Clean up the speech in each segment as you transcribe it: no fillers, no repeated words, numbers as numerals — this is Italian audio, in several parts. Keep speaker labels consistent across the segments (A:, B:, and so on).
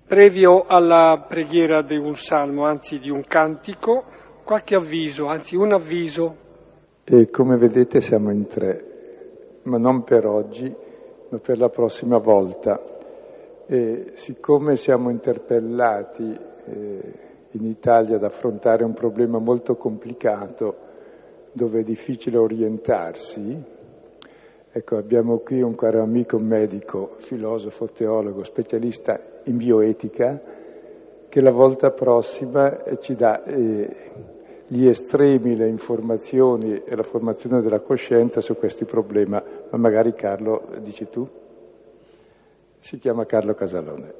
A: Previo alla preghiera di un salmo, anzi di un cantico, qualche avviso, anzi un avviso.
B: E come vedete siamo in 3, ma non per oggi, ma per la prossima volta. E siccome siamo interpellati in Italia ad affrontare un problema molto complicato, dove è difficile orientarsi, ecco, abbiamo qui un caro amico medico, filosofo, teologo, specialista in bioetica, che la volta prossima ci dà gli estremi, le informazioni e la formazione della coscienza su questi problemi. Ma magari Carlo, dici tu? Si chiama Carlo Casalone.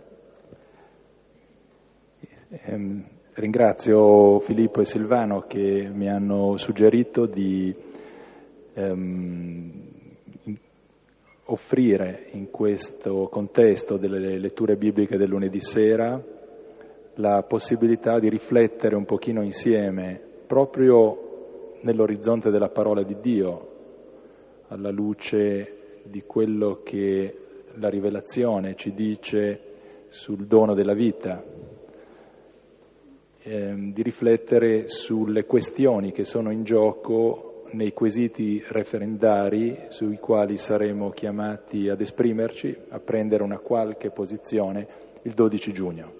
C: Ringrazio Filippo e Silvano che mi hanno suggerito di offrire in questo contesto delle letture bibliche del lunedì sera la possibilità di riflettere un pochino insieme proprio nell'orizzonte della parola di Dio, alla luce di quello che la rivelazione ci dice sul dono della vita, di riflettere sulle questioni che sono in gioco nei quesiti referendari sui quali saremo chiamati ad esprimerci, a prendere una qualche posizione il 12 giugno.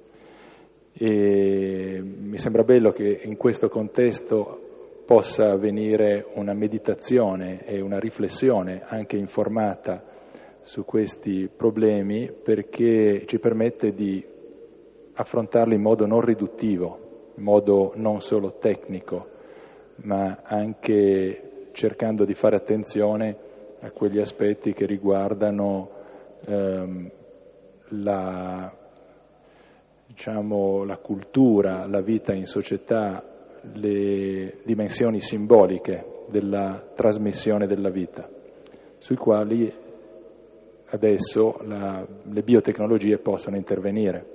C: E mi sembra bello che in questo contesto possa avvenire una meditazione e una riflessione anche informata su questi problemi, perché ci permette di affrontarli in modo non riduttivo, in modo non solo tecnico, ma anche cercando di fare attenzione a quegli aspetti che riguardano la cultura, la vita in società, le dimensioni simboliche della trasmissione della vita, sui quali adesso le biotecnologie possono intervenire.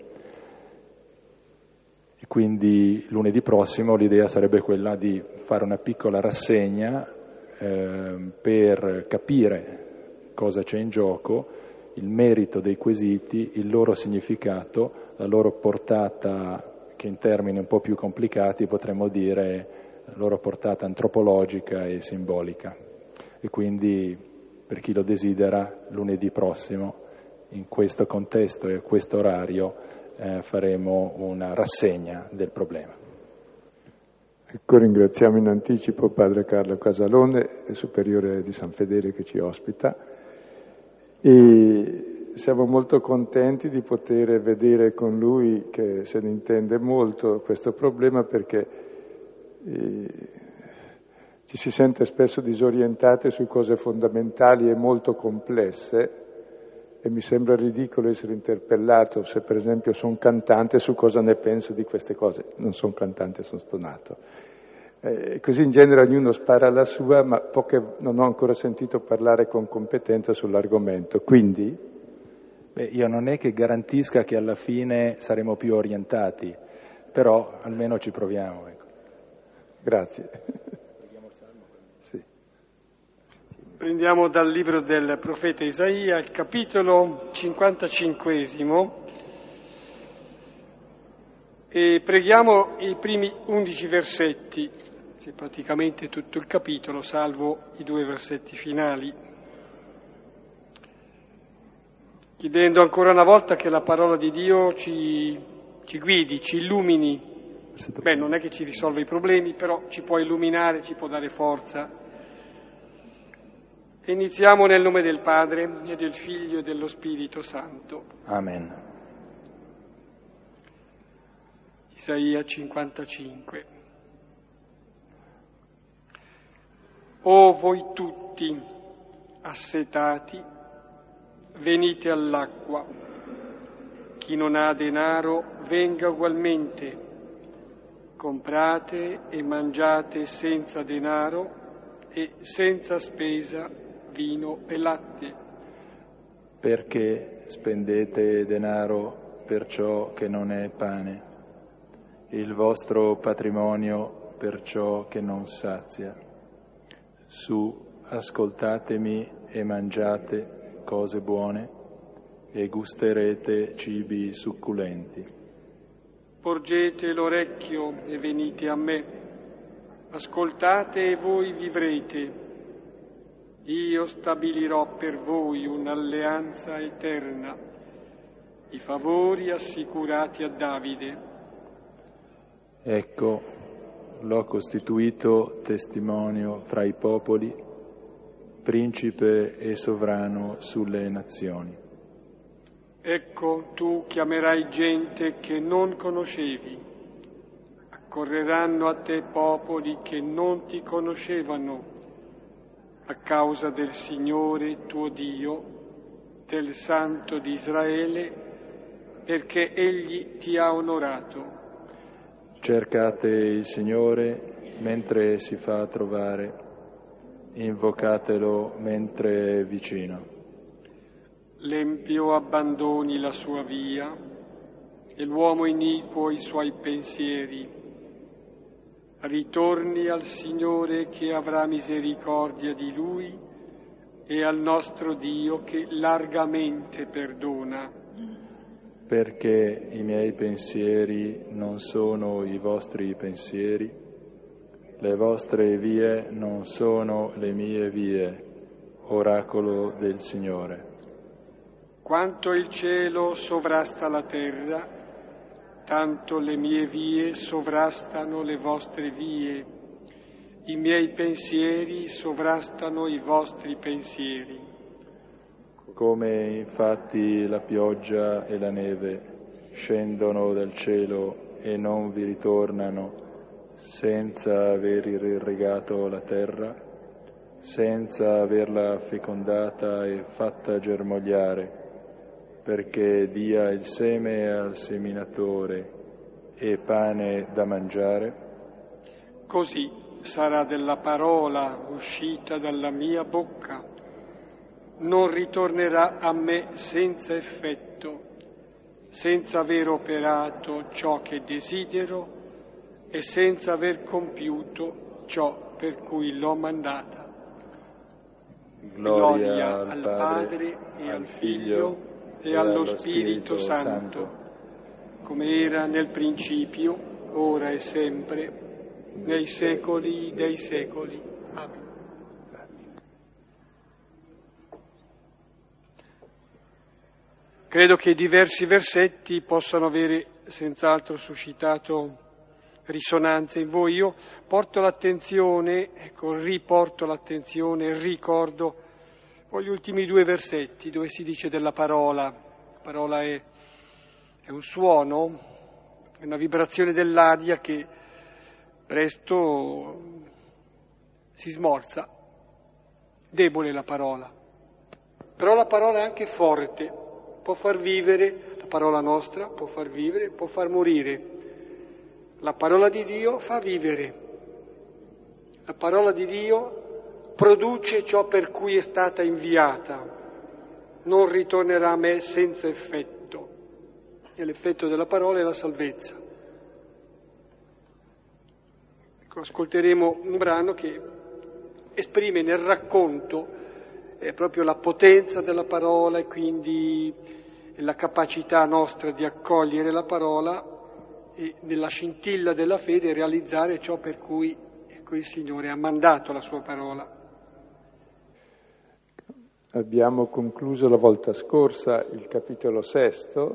C: E quindi lunedì prossimo l'idea sarebbe quella di fare una piccola rassegna per capire cosa c'è in gioco, il merito dei quesiti, il loro significato, la loro portata, che in termini un po' più complicati potremmo dire la loro portata antropologica e simbolica. E quindi, per chi lo desidera, lunedì prossimo, in questo contesto e a questo orario, faremo una rassegna del problema.
B: Ecco, ringraziamo in anticipo Padre Carlo Casalone, superiore di San Fedele che ci ospita, e siamo molto contenti di poter vedere con lui, che se ne intende molto, questo problema, perché ci si sente spesso disorientati su cose fondamentali e molto complesse, e mi sembra ridicolo essere interpellato se per esempio sono cantante su cosa ne penso di queste cose. Non sono cantante, sono stonato. Così in genere ognuno spara la sua, ma non ho ancora sentito parlare con competenza sull'argomento. Quindi?
C: Io non è che garantisca che alla fine saremo più orientati, però almeno ci proviamo. Ecco.
B: Grazie. Sì.
A: Prendiamo dal libro del profeta Isaia, il capitolo 55, e preghiamo i primi 11 versetti, se praticamente tutto il capitolo, salvo i 2 versetti finali, chiedendo ancora una volta che la parola di Dio ci guidi, ci illumini. Non è che ci risolve i problemi, però ci può illuminare, ci può dare forza. Iniziamo nel nome del Padre e del Figlio e dello Spirito Santo.
C: Amen.
A: Isaia 55. O voi tutti assetati, venite all'acqua. Chi non ha denaro venga ugualmente. Comprate e mangiate senza denaro e senza spesa vino e latte.
C: Perché spendete denaro per ciò che non è pane, il vostro patrimonio per ciò che non sazia? Su, ascoltatemi e mangiate cose buone, e gusterete cibi succulenti.
A: Porgete l'orecchio e venite a me, ascoltate e voi vivrete. Io stabilirò per voi un'alleanza eterna, i favori assicurati a Davide.
C: Ecco, l'ho costituito testimonio fra i popoli, principe e sovrano sulle nazioni.
A: Ecco, tu chiamerai gente che non conoscevi, accorreranno a te popoli che non ti conoscevano, a causa del Signore tuo Dio, del Santo di Israele, perché Egli ti ha onorato.
C: Cercate il Signore mentre si fa trovare, invocatelo mentre è vicino.
A: L'empio abbandoni la sua via e l'uomo iniquo i suoi pensieri. Ritorni al Signore che avrà misericordia di lui e al nostro Dio che largamente perdona.
C: Perché i miei pensieri non sono i vostri pensieri, le vostre vie non sono le mie vie, oracolo del Signore.
A: Quanto il cielo sovrasta la terra, tanto le mie vie sovrastano le vostre vie, i miei pensieri sovrastano i vostri pensieri.
C: Come infatti la pioggia e la neve scendono dal cielo e non vi ritornano senza aver irrigato la terra, senza averla fecondata e fatta germogliare, perché dia il seme al seminatore e pane da mangiare.
A: Così sarà della parola uscita dalla mia bocca. Non ritornerà a me senza effetto, senza aver operato ciò che desidero e senza aver compiuto ciò per cui l'ho mandata. Gloria al Padre e al Figlio e allo Spirito Santo, come era nel principio, ora e sempre, nei secoli dei secoli. Amen. Credo che diversi versetti possano avere senz'altro suscitato risonanze in voi. Io porto l'attenzione, riporto l'attenzione, ricordo poi gli ultimi due versetti dove si dice della parola. La parola è un suono, è una vibrazione dell'aria che presto si smorza, debole la parola. Però la parola è anche forte, può far vivere, la parola nostra può far vivere, può far morire. La parola di Dio fa vivere. La parola di Dio produce ciò per cui è stata inviata, non ritornerà a me senza effetto, e l'effetto della parola è la salvezza. Ecco, ascolteremo un brano che esprime nel racconto proprio la potenza della parola e quindi la capacità nostra di accogliere la parola e nella scintilla della fede realizzare ciò per cui il Signore ha mandato la sua parola.
B: Abbiamo concluso la volta scorsa il capitolo 6,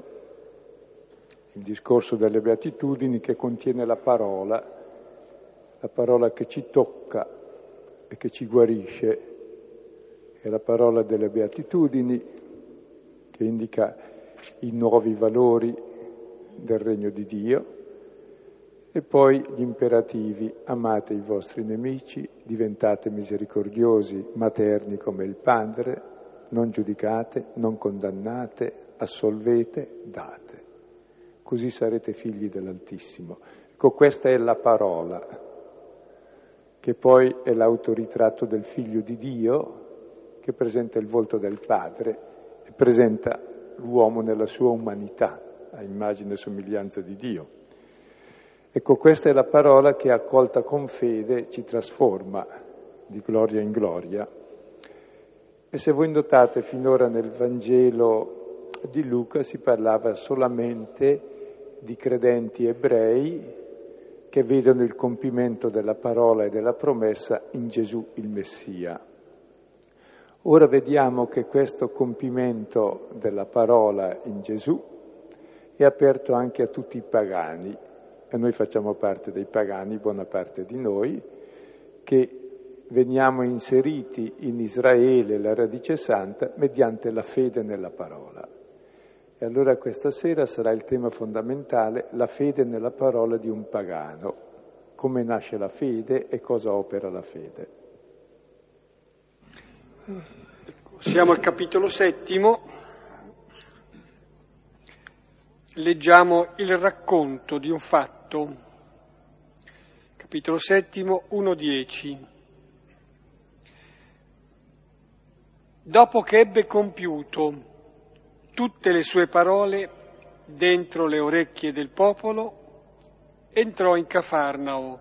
B: il discorso delle Beatitudini, che contiene la parola che ci tocca e che ci guarisce, è la parola delle Beatitudini che indica i nuovi valori del regno di Dio, e poi gli imperativi: amate i vostri nemici, diventate misericordiosi, materni come il Padre, non giudicate, non condannate, assolvete, date. Così sarete figli dell'Altissimo. Ecco, questa è la parola, che poi è l'autoritratto del Figlio di Dio, che presenta il volto del Padre e presenta l'uomo nella sua umanità, a immagine e somiglianza di Dio. Ecco, questa è la parola che, accolta con fede, ci trasforma di gloria in gloria. E se voi notate, finora nel Vangelo di Luca si parlava solamente di credenti ebrei che vedono il compimento della parola e della promessa in Gesù il Messia. Ora vediamo che questo compimento della parola in Gesù è aperto anche a tutti i pagani, e noi facciamo parte dei pagani, buona parte di noi, che veniamo inseriti in Israele, la radice santa, mediante la fede nella parola. E allora questa sera sarà il tema fondamentale, la fede nella parola di un pagano. Come nasce la fede e cosa opera la fede.
A: Siamo al capitolo 7, leggiamo il racconto di un fatto. Capitolo 7, 1-10. Dopo che ebbe compiuto tutte le sue parole dentro le orecchie del popolo, entrò in Cafarnao.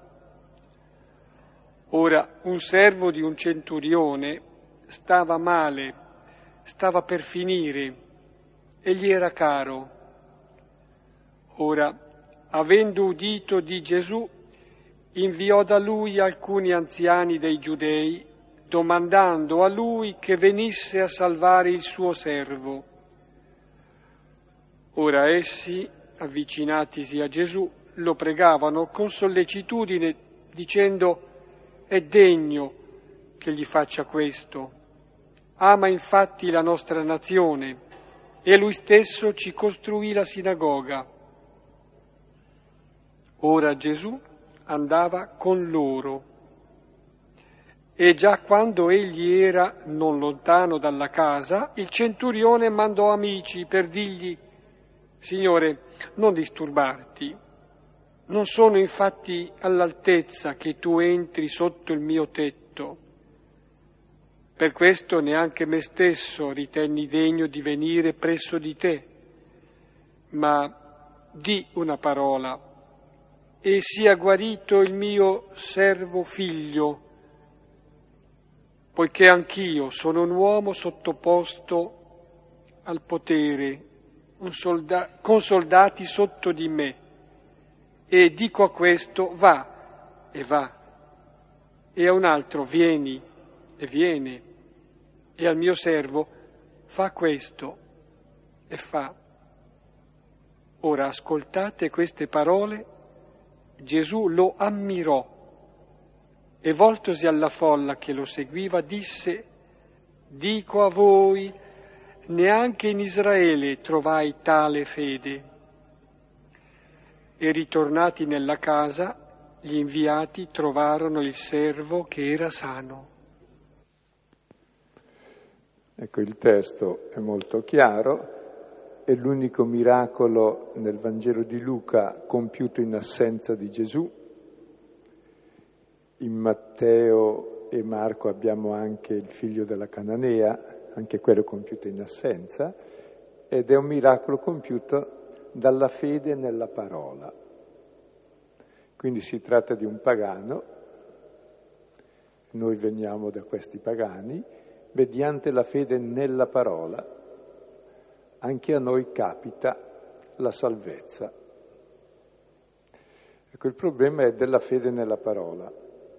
A: Ora un servo di un centurione stava male, stava per finire e gli era caro. Ora, avendo udito di Gesù, inviò da lui alcuni anziani dei Giudei, domandando a lui che venisse a salvare il suo servo. Ora essi, avvicinatisi a Gesù, lo pregavano con sollecitudine, dicendo: è degno che gli faccia questo. Ama infatti la nostra nazione e lui stesso ci costruì la sinagoga. Ora Gesù andava con loro e già quando egli era non lontano dalla casa, il centurione mandò amici per dirgli: Signore, non disturbarti, non sono infatti all'altezza che tu entri sotto il mio tetto. Per questo neanche me stesso ritenni degno di venire presso di te, ma di una parola e sia guarito il mio servo figlio, poiché anch'io sono un uomo sottoposto al potere, con soldati sotto di me, e dico a questo: va, e va, e a un altro: vieni, e viene, e al mio servo: fa questo, e fa. Ora ascoltate queste parole. Gesù lo ammirò e voltosi alla folla che lo seguiva disse: dico a voi, neanche in Israele trovai tale fede. E ritornati nella casa, gli inviati trovarono il servo che era sano.
B: Ecco, il testo è molto chiaro, è l'unico miracolo nel Vangelo di Luca compiuto in assenza di Gesù. In Matteo e Marco abbiamo anche il figlio della Cananea, anche quello compiuto in assenza, ed è un miracolo compiuto dalla fede nella parola. Quindi si tratta di un pagano, noi veniamo da questi pagani, mediante la fede nella parola, anche a noi capita la salvezza. Ecco, il problema è della fede nella parola.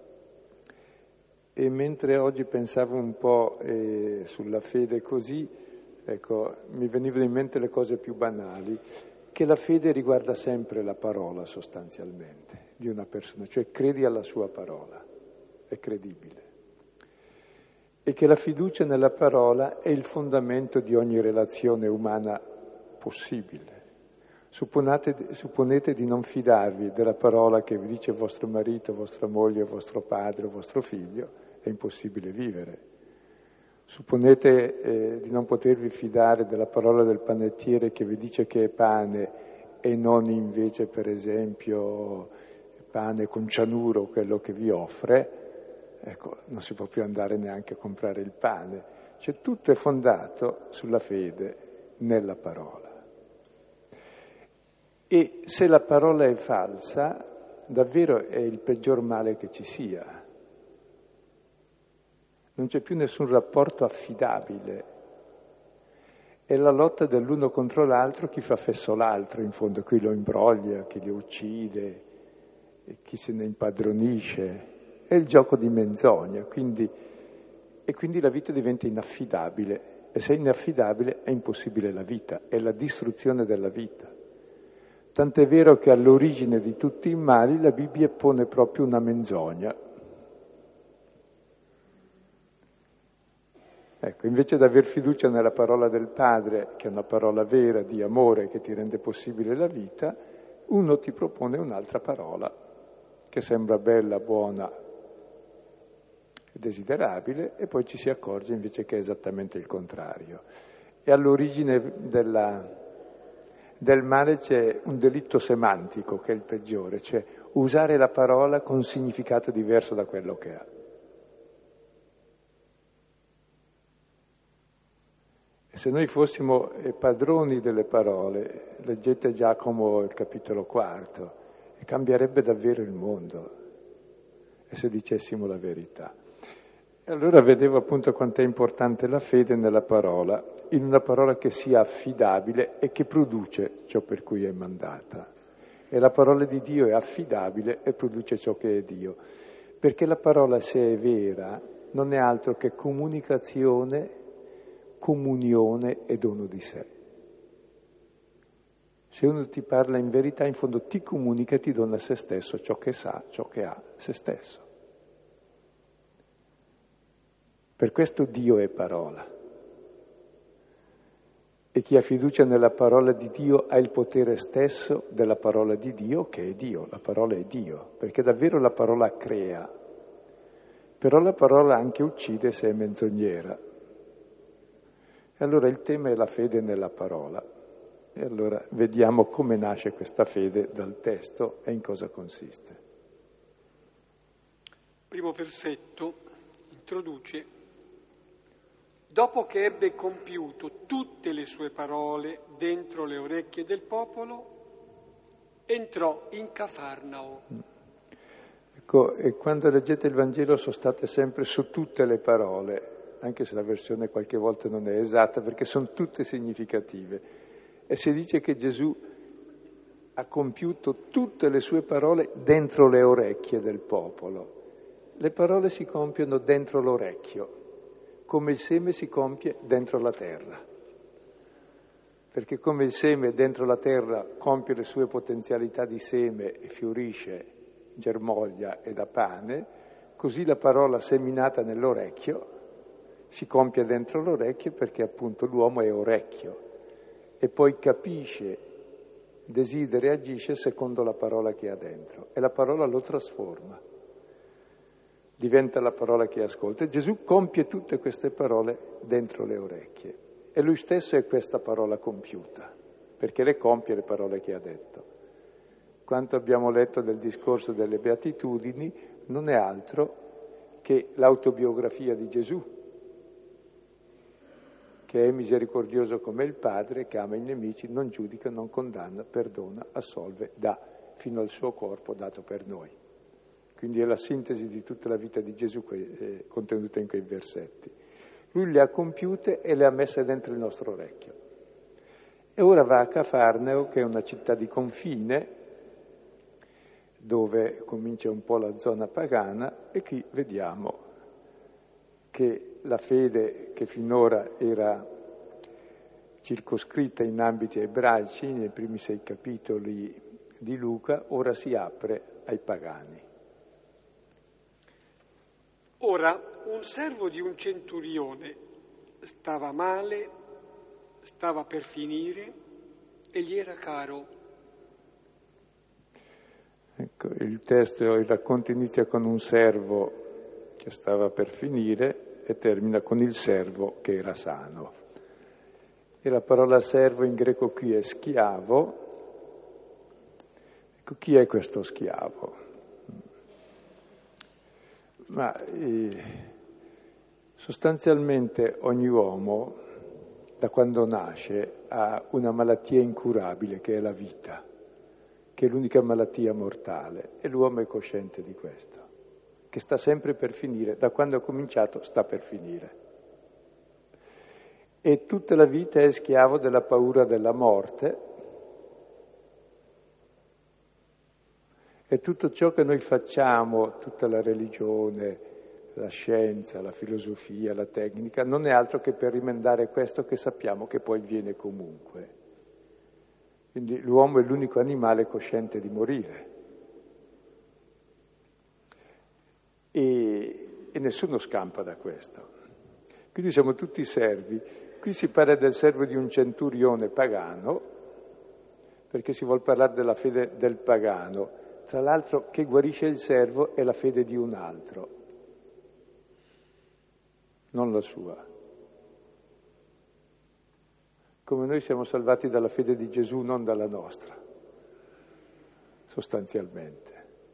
B: E mentre oggi pensavo un po' sulla fede così, ecco, mi venivano in mente le cose più banali, che la fede riguarda sempre la parola sostanzialmente di una persona, cioè credi alla sua parola, è credibile. E che la fiducia nella parola è il fondamento di ogni relazione umana possibile. Supponete di non fidarvi della parola che vi dice vostro marito, vostra moglie, vostro padre o vostro figlio, è impossibile vivere. Supponete di non potervi fidare della parola del panettiere che vi dice che è pane e non invece, per esempio, pane con cianuro, quello che vi offre. Ecco, non si può più andare neanche a comprare il pane. Cioè, tutto è fondato sulla fede nella parola. E se la parola è falsa, davvero è il peggior male che ci sia. Non c'è più nessun rapporto affidabile. è la lotta dell'uno contro l'altro, chi fa fesso l'altro, in fondo, chi lo imbroglia, chi lo uccide, e chi se ne impadronisce. È il gioco di menzogna, quindi la vita diventa inaffidabile, e se è inaffidabile è impossibile la vita, è la distruzione della vita. Tant'è vero che all'origine di tutti i mali la Bibbia pone proprio una menzogna. Ecco, invece di aver fiducia nella parola del Padre, che è una parola vera di amore che ti rende possibile la vita, uno ti propone un'altra parola che sembra bella, buona e desiderabile, e poi ci si accorge invece che è esattamente il contrario. E all'origine del male c'è un delitto semantico che è il peggiore, cioè usare la parola con significato diverso da quello che ha. E se noi fossimo padroni delle parole, leggete Giacomo il capitolo 4, e cambierebbe davvero il mondo, e se dicessimo la verità. E allora vedevo appunto quanto è importante la fede nella parola, in una parola che sia affidabile e che produce ciò per cui è mandata. E la parola di Dio è affidabile e produce ciò che è Dio. Perché la parola, se è vera, non è altro che comunicazione, comunione e dono di sé. Se uno ti parla in verità, in fondo ti comunica e ti dona a se stesso ciò che sa, ciò che ha, se stesso. Per questo Dio è parola. E chi ha fiducia nella parola di Dio ha il potere stesso della parola di Dio, che è Dio. La parola è Dio, perché davvero la parola crea. Però la parola anche uccide se è menzognera. E allora il tema è la fede nella parola. E allora vediamo come nasce questa fede dal testo e in cosa consiste.
A: Primo versetto introduce: dopo che ebbe compiuto tutte le sue parole dentro le orecchie del popolo, entrò in Cafarnao.
B: Ecco, e quando leggete il Vangelo sostate sempre su tutte le parole, anche se la versione qualche volta non è esatta, perché sono tutte significative. E si dice che Gesù ha compiuto tutte le sue parole dentro le orecchie del popolo. Le parole si compiono dentro l'orecchio, come il seme si compie dentro la terra. Perché come il seme dentro la terra compie le sue potenzialità di seme e fiorisce, germoglia e dà pane, così la parola seminata nell'orecchio si compie dentro l'orecchio, perché appunto l'uomo è orecchio e poi capisce, desidera e agisce secondo la parola che ha dentro, e la parola lo trasforma, diventa la parola che ascolta. E Gesù compie tutte queste parole dentro le orecchie, e lui stesso è questa parola compiuta, perché le compie le parole che ha detto. Quanto abbiamo letto del discorso delle Beatitudini non è altro che l'autobiografia di Gesù, che è misericordioso come il Padre, che ama i nemici, non giudica, non condanna, perdona, assolve, dà, fino al suo corpo dato per noi. Quindi è la sintesi di tutta la vita di Gesù contenuta in quei versetti. Lui le ha compiute e le ha messe dentro il nostro orecchio. E ora va a Cafarnao, che è una città di confine, dove comincia un po' la zona pagana, e qui vediamo che la fede che finora era circoscritta in ambiti ebraici, nei primi 6 capitoli di Luca, ora si apre ai pagani.
A: Ora, un servo di un centurione stava male, stava per finire e gli era caro.
B: Ecco, il testo, il racconto inizia con un servo che stava per finire e termina con il servo che era sano. E la parola servo in greco qui è schiavo. Ecco, chi è questo schiavo? Ma sostanzialmente ogni uomo, da quando nasce, ha una malattia incurabile che è la vita, che è l'unica malattia mortale, e l'uomo è cosciente di questo, che sta sempre per finire, da quando ha cominciato sta per finire. e tutta la vita è schiavo della paura della morte, e tutto ciò che noi facciamo, tutta la religione, la scienza, la filosofia, la tecnica, non è altro che per rimandare questo che sappiamo che poi viene comunque. Quindi l'uomo è l'unico animale cosciente di morire. E nessuno scampa da questo. Quindi siamo tutti servi. Qui si parla del servo di un centurione pagano, perché si vuol parlare della fede del pagano. Tra l'altro, che guarisce il servo è la fede di un altro, non la sua. Come noi siamo salvati dalla fede di Gesù, non dalla nostra, sostanzialmente.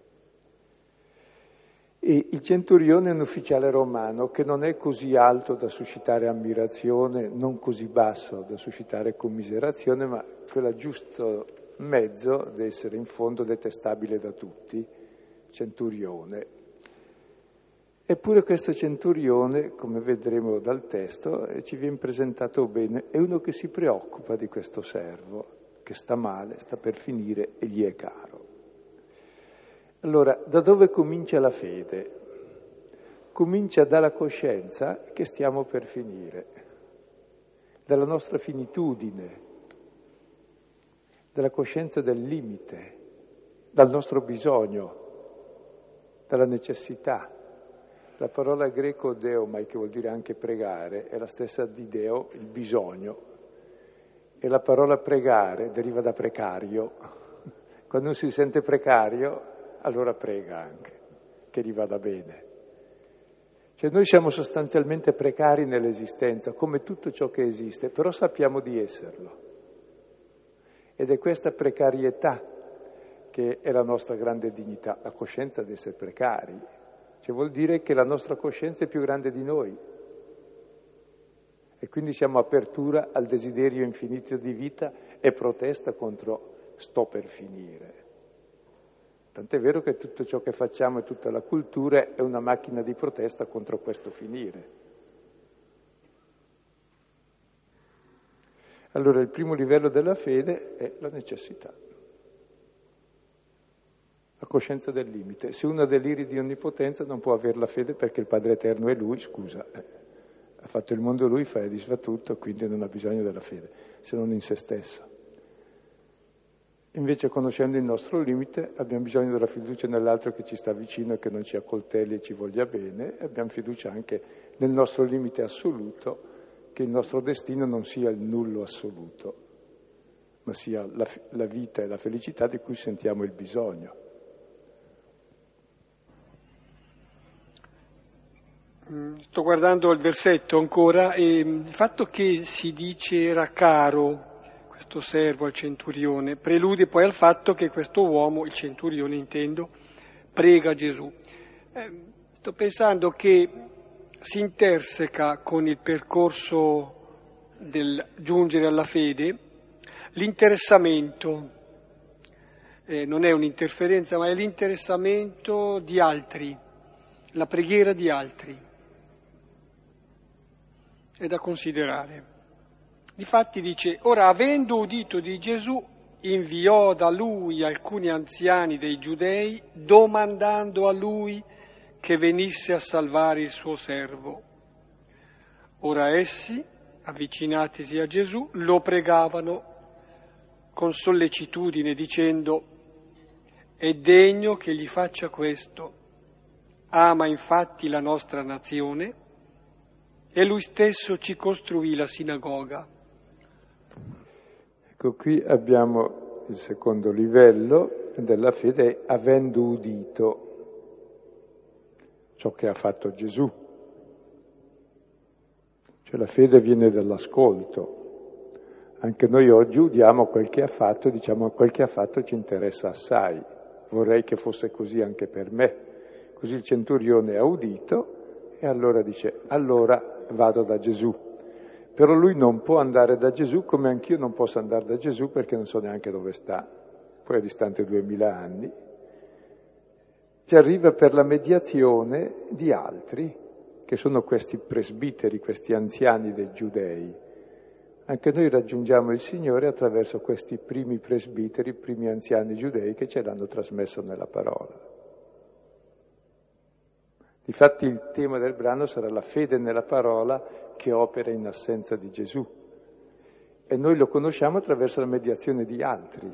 B: E il centurione è un ufficiale romano che non è così alto da suscitare ammirazione, non così basso da suscitare commiserazione, ma quella giusto mezzo di essere in fondo detestabile da tutti, centurione. Eppure questo centurione, come vedremo dal testo, ci viene presentato bene, è uno che si preoccupa di questo servo, che sta male, sta per finire e gli è caro. Allora, da dove comincia la fede? Comincia dalla coscienza che stiamo per finire, dalla nostra finitudine, dalla coscienza del limite, dal nostro bisogno, dalla necessità. La parola greco deomai, che vuol dire anche pregare, è la stessa di deo, il bisogno. E la parola pregare deriva da precario. Quando uno si sente precario, allora prega anche, che gli vada bene. Cioè noi siamo sostanzialmente precari nell'esistenza, come tutto ciò che esiste, però sappiamo di esserlo. Ed è questa precarietà che è la nostra grande dignità, la coscienza di essere precari. Cioè vuol dire che la nostra coscienza è più grande di noi. E quindi siamo apertura al desiderio infinito di vita e protesta contro sto per finire. Tant'è vero che tutto ciò che facciamo e tutta la cultura è una macchina di protesta contro questo finire. Allora il primo livello della fede è la necessità, la coscienza del limite. Se uno ha deliri di onnipotenza non può avere la fede perché il Padre Eterno è Lui, scusa, ha fatto il mondo Lui, fa e disfa tutto, quindi non ha bisogno della fede, se non in se stesso. Invece, conoscendo il nostro limite, abbiamo bisogno della fiducia nell'altro che ci sta vicino e che non ci accoltelli e ci voglia bene, e abbiamo fiducia anche nel nostro limite assoluto, che il nostro destino non sia il nullo assoluto, ma sia la vita e la felicità di cui sentiamo il bisogno.
A: Sto guardando il versetto ancora e il fatto che si dice era caro questo servo al centurione prelude poi al fatto che questo uomo, il centurione intendo, prega Gesù. Sto pensando che si interseca con il percorso del giungere alla fede l'interessamento, non è un'interferenza ma è l'interessamento di altri, la preghiera di altri. È da considerare. Difatti dice, ora avendo udito di Gesù, inviò da lui alcuni anziani dei Giudei, domandando a lui che venisse a salvare il suo servo. Ora essi, avvicinatisi a Gesù, lo pregavano con sollecitudine, dicendo, è degno che gli faccia questo. Ama infatti la nostra nazione, e lui stesso ci costruì la sinagoga.
B: Ecco, qui abbiamo il secondo livello della fede, avendo udito ciò che ha fatto Gesù. Cioè la fede viene dall'ascolto. Anche noi oggi udiamo quel che ha fatto, diciamo quel che ha fatto ci interessa assai. Vorrei che fosse così anche per me. Così il centurione ha udito e allora dice, allora vado da Gesù. Però lui non può andare da Gesù come anch'io non posso andare da Gesù perché non so neanche dove sta. Poi è distante 2000 anni. Ci arriva per la mediazione di altri, che sono questi presbiteri, questi anziani dei Giudei, Anche noi raggiungiamo il Signore attraverso questi primi presbiteri, primi anziani giudei che ce l'hanno trasmesso nella parola. Difatti il tema del brano sarà la fede nella parola che opera in assenza di Gesù. E noi lo conosciamo attraverso la mediazione di altri.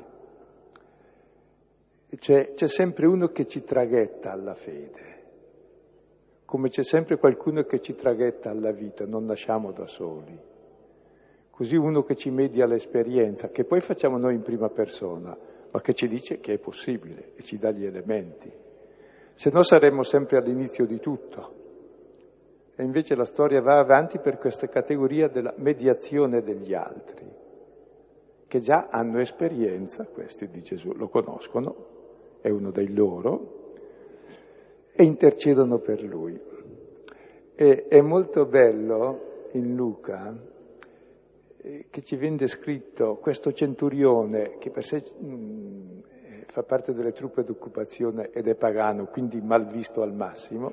B: C'è sempre uno che ci traghetta alla fede, come c'è sempre qualcuno che ci traghetta alla vita, non nasciamo da soli. Così uno che ci media l'esperienza, che poi facciamo noi in prima persona, ma che ci dice che è possibile e ci dà gli elementi. Se no saremmo sempre all'inizio di tutto. E invece la storia va avanti per questa categoria della mediazione degli altri, che già hanno esperienza, questi di Gesù, lo conoscono, è uno dei loro, e intercedono per lui. E è molto bello in Luca che ci viene descritto questo centurione che per sé fa parte delle truppe d'occupazione ed è pagano, quindi mal visto al massimo,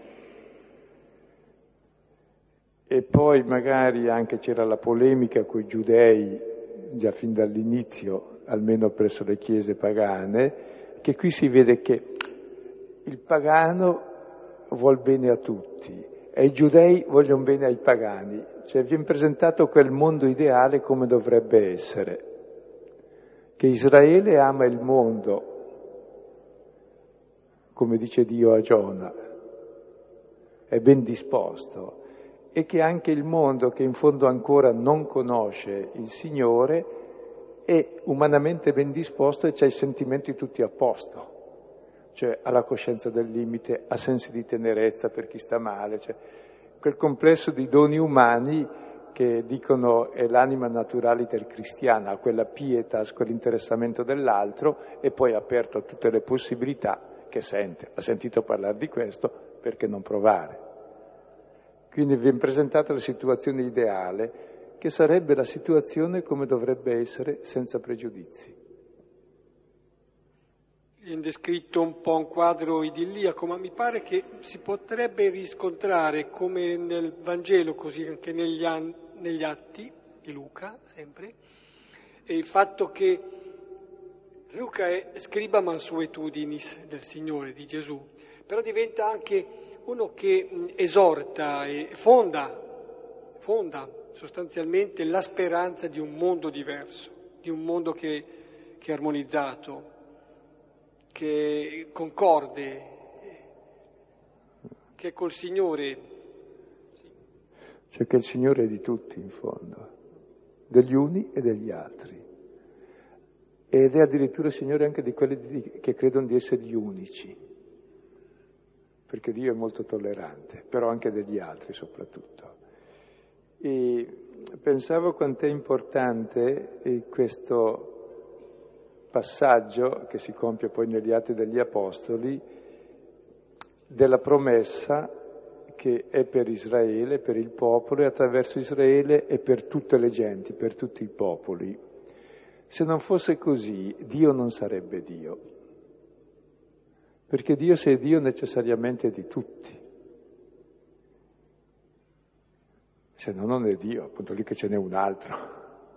B: e poi magari anche c'era la polemica con i giudei già fin dall'inizio, almeno presso le chiese pagane, che qui si vede che il pagano vuol bene a tutti e i giudei vogliono bene ai pagani, cioè viene presentato quel mondo ideale come dovrebbe essere, che Israele ama il mondo, come dice Dio a Giona, è ben disposto, e che anche il mondo che in fondo ancora non conosce il Signore è umanamente ben disposto e c'ha i sentimenti tutti a posto. Cioè ha la coscienza del limite, ha sensi di tenerezza per chi sta male, cioè quel complesso di doni umani che dicono è l'anima naturaliter cristiana, quella pietas, quell'interessamento dell'altro e poi aperto a tutte le possibilità che sente. Ha sentito parlare di questo, perché non provare? Quindi viene presentata la situazione ideale, che sarebbe la situazione come dovrebbe essere senza pregiudizi.
A: Viene descritto un po' un quadro idilliaco, ma mi pare che si potrebbe riscontrare, come nel Vangelo, così anche negli Atti di Luca, sempre, e il fatto che Luca è scriba mansuetudinis del Signore, di Gesù, però diventa anche uno che esorta e fonda sostanzialmente la speranza di un mondo diverso, di un mondo che è armonizzato, che è concorde, che è col Signore.
B: Cioè che il Signore è di tutti in fondo, degli uni e degli altri. Ed è addirittura il Signore anche di quelli che credono di essere gli unici, perché Dio è molto tollerante, però anche degli altri soprattutto. E pensavo quant'è importante questo passaggio che si compie poi negli Atti degli Apostoli della promessa che è per Israele, per il popolo e attraverso Israele e per tutte le genti, per tutti i popoli. Se non fosse così, Dio non sarebbe Dio, perché Dio, se è Dio, necessariamente è di tutti. Se no non è Dio, appunto lì che ce n'è un altro.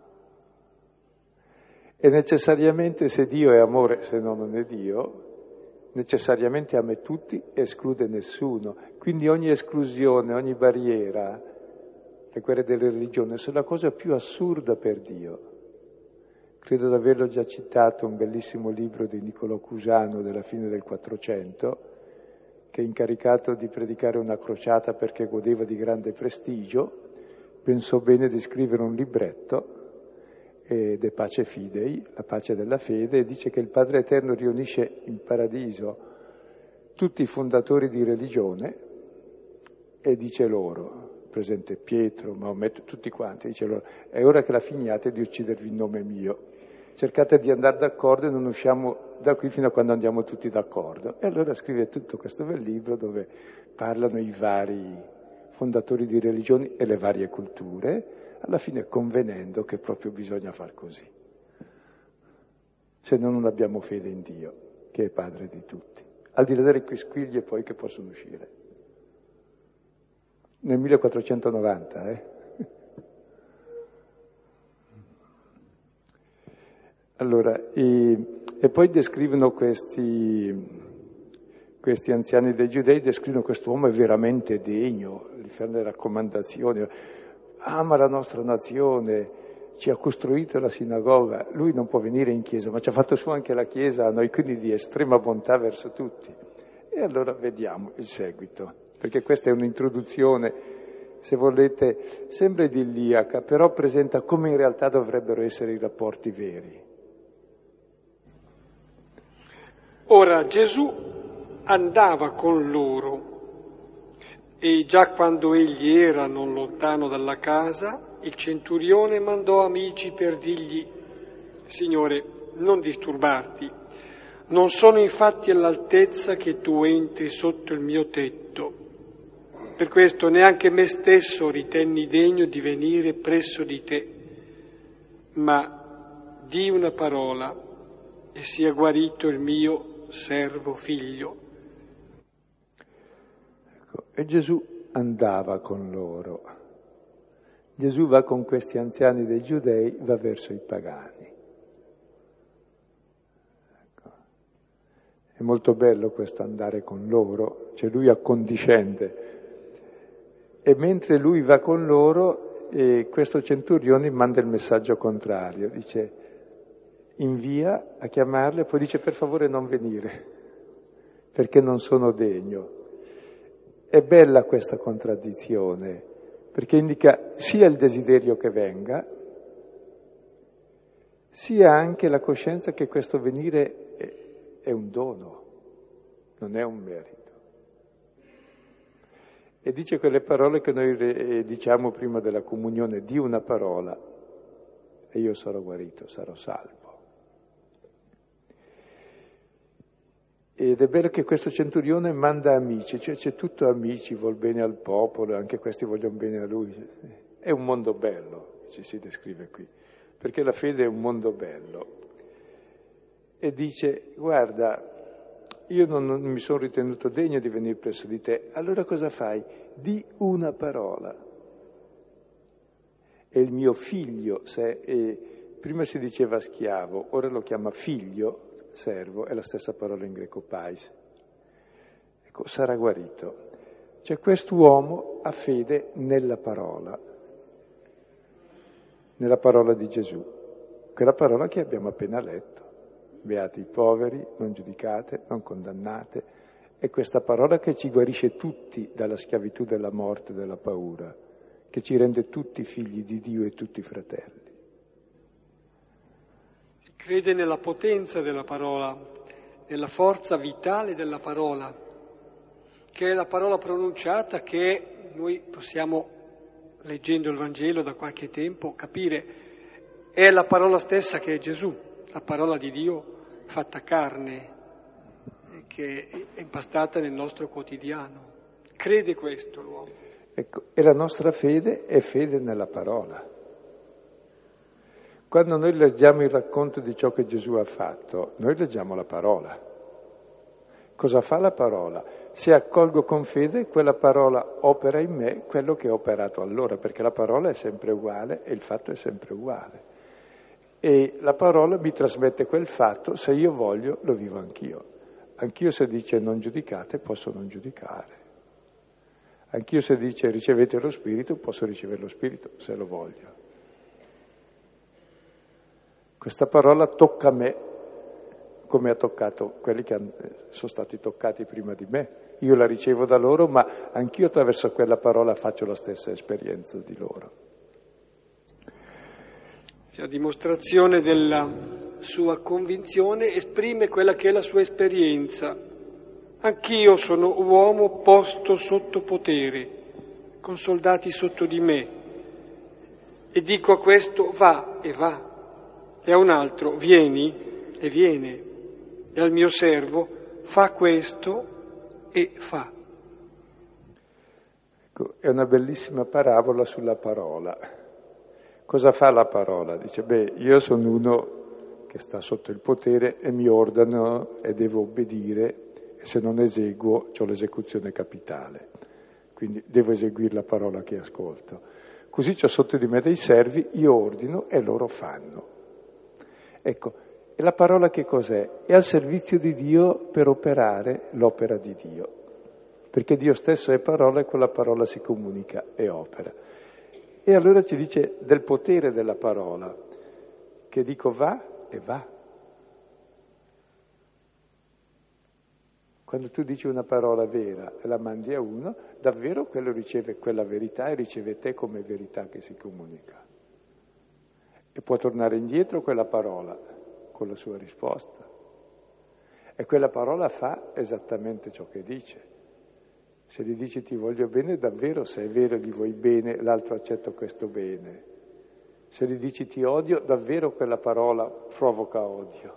B: E necessariamente se Dio è amore, se no non è Dio, necessariamente ama tutti e esclude nessuno. Quindi ogni esclusione, ogni barriera, le guerre delle religioni, sono la cosa più assurda per Dio. Credo di averlo già citato, un bellissimo libro di Niccolò Cusano della fine del 400, che è incaricato di predicare una crociata perché godeva di grande prestigio, pensò bene di scrivere un libretto, De Pace Fidei, la pace della fede, e dice che il Padre Eterno riunisce in paradiso tutti i fondatori di religione e dice loro, presente Pietro, Maometto, tutti quanti, dice loro, è ora che la finiate di uccidervi in nome mio. Cercate di andare d'accordo e non usciamo da qui fino a quando andiamo tutti d'accordo. E allora scrive tutto questo bel libro dove parlano i vari fondatori di religioni e le varie culture, alla fine convenendo che proprio bisogna far così. Se no non abbiamo fede in Dio, che è Padre di tutti. Al di là delle quisquiglie poi che possono uscire. Nel 1490, Allora, e poi descrivono questi anziani dei Giudei, descrivono quest'uomo è veramente degno, gli fanno le raccomandazioni, ama la nostra nazione, ci ha costruito la sinagoga, lui non può venire in chiesa, ma ci ha fatto su anche la chiesa a noi, quindi di estrema bontà verso tutti. E allora vediamo il seguito, perché questa è un'introduzione, se volete, sembra idilliaca, però presenta come in realtà dovrebbero essere i rapporti veri.
A: Ora Gesù andava con loro e già quando egli era non lontano dalla casa, il centurione mandò amici per dirgli: Signore, non disturbarti, non sono infatti all'altezza che tu entri sotto il mio tetto. Per questo neanche me stesso ritenni degno di venire presso di te, ma di una parola e sia guarito il mio servo figlio.
B: Ecco, e Gesù andava con loro. Gesù va con questi anziani dei Giudei, va verso i pagani. Ecco. È molto bello questo andare con loro, cioè lui accondiscende. E mentre lui va con loro, questo centurione manda il messaggio contrario, dice: invia a chiamarli e poi dice: per favore non venire, perché non sono degno. È bella questa contraddizione, perché indica sia il desiderio che venga, sia anche la coscienza che questo venire è un dono, non è un merito. E dice quelle parole che noi diciamo prima della comunione: di una parola e io sarò guarito, sarò salvo. Ed è bello che questo centurione manda amici, cioè c'è tutto amici, vuol bene al popolo, anche questi vogliono bene a lui. È un mondo bello, ci si descrive qui, perché la fede è un mondo bello. E dice: guarda, io non mi sono ritenuto degno di venire presso di te, allora cosa fai? Di una parola. E il mio figlio, prima si diceva schiavo, ora lo chiama figlio, servo, è la stessa parola in greco pais. Ecco, sarà guarito. Cioè quest'uomo ha fede nella parola di Gesù, quella parola che abbiamo appena letto. Beati i poveri, non giudicate, non condannate. È questa parola che ci guarisce tutti dalla schiavitù della morte e della paura, che ci rende tutti figli di Dio e tutti fratelli.
A: Crede nella potenza della parola, nella forza vitale della parola, che è la parola pronunciata che noi possiamo, leggendo il Vangelo da qualche tempo, capire è la parola stessa che è Gesù, la parola di Dio fatta carne, che è impastata nel nostro quotidiano. Crede questo l'uomo.
B: Ecco, e la nostra fede è fede nella parola. Quando noi leggiamo il racconto di ciò che Gesù ha fatto, noi leggiamo la parola. Cosa fa la parola? Se accolgo con fede, quella parola opera in me quello che è operato allora, perché la parola è sempre uguale e il fatto è sempre uguale. E la parola mi trasmette quel fatto, se io voglio lo vivo anch'io. Anch'io se dice non giudicate, posso non giudicare. Anch'io se dice ricevete lo Spirito, posso ricevere lo Spirito, se lo voglio. Questa parola tocca me, come ha toccato quelli che sono stati toccati prima di me. Io la ricevo da loro, ma anch'io attraverso quella parola faccio la stessa esperienza di loro.
A: La dimostrazione della sua convinzione esprime quella che è la sua esperienza. Anch'io sono uomo posto sotto potere, con soldati sotto di me, e dico a questo va e va, e a un altro vieni e viene, e al mio servo fa questo e fa.
B: Ecco, è una bellissima parabola sulla parola. Cosa fa la parola? Dice, io sono uno che sta sotto il potere e mi ordinano e devo obbedire, e se non eseguo c'ho l'esecuzione capitale. Quindi devo eseguire la parola che ascolto. Così c'ho sotto di me dei servi, io ordino e loro fanno. Ecco, E la parola che cos'è? È al servizio di Dio per operare l'opera di Dio. Perché Dio stesso è parola e con la parola si comunica e opera. E allora ci dice del potere della parola, che dico va e va. Quando tu dici una parola vera e la mandi a uno, davvero quello riceve quella verità e riceve te come verità che si comunica. E può tornare indietro quella parola con la sua risposta. E quella parola fa esattamente ciò che dice. Se gli dici ti voglio bene, davvero, se è vero gli vuoi bene, l'altro accetta questo bene. Se gli dici ti odio, davvero quella parola provoca odio.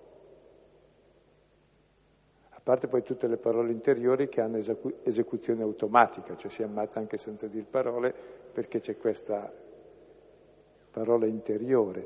B: A parte poi tutte le parole interiori che hanno esecuzione automatica, cioè si ammazza anche senza dire parole perché c'è questa parola interiore.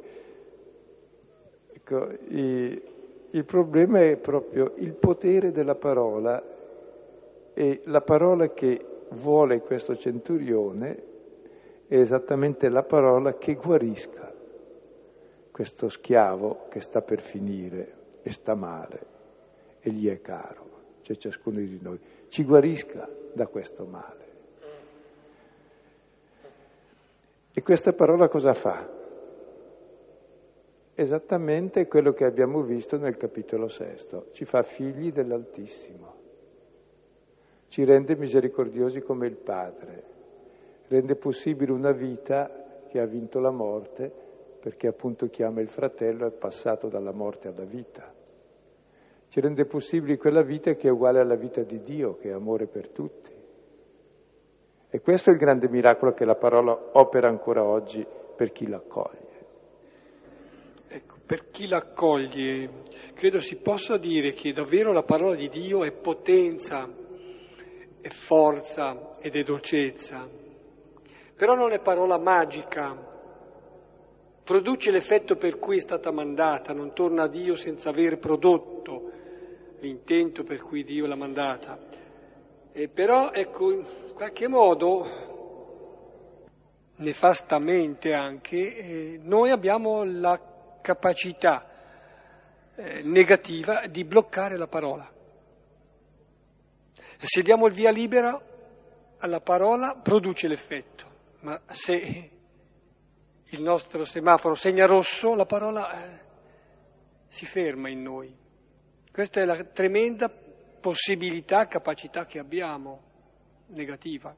B: Ecco, il problema è proprio il potere della parola, e la parola che vuole questo centurione è esattamente la parola che guarisca questo schiavo che sta per finire e sta male e gli è caro, cioè ciascuno di noi, ci guarisca da questo male. E questa parola cosa fa? Esattamente quello che abbiamo visto nel capitolo 6, ci fa figli dell'Altissimo, ci rende misericordiosi come il Padre, rende possibile una vita che ha vinto la morte, perché appunto chiama il fratello, è passato dalla morte alla vita. Ci rende possibile quella vita che è uguale alla vita di Dio, che è amore per tutti. E questo è il grande miracolo che la parola opera ancora oggi per chi l'accoglie.
A: Ecco, per chi l'accoglie, credo si possa dire che davvero la parola di Dio è potenza, è forza ed è dolcezza. Però non è parola magica, produce l'effetto per cui è stata mandata, non torna a Dio senza aver prodotto l'intento per cui Dio l'ha mandata. Però, ecco, in qualche modo, nefastamente anche, noi abbiamo la capacità negativa di bloccare la parola. Se diamo il via libera alla parola, produce l'effetto, ma se il nostro semaforo segna rosso, la parola si ferma in noi. Questa è la tremenda possibilità, capacità che abbiamo, negativa.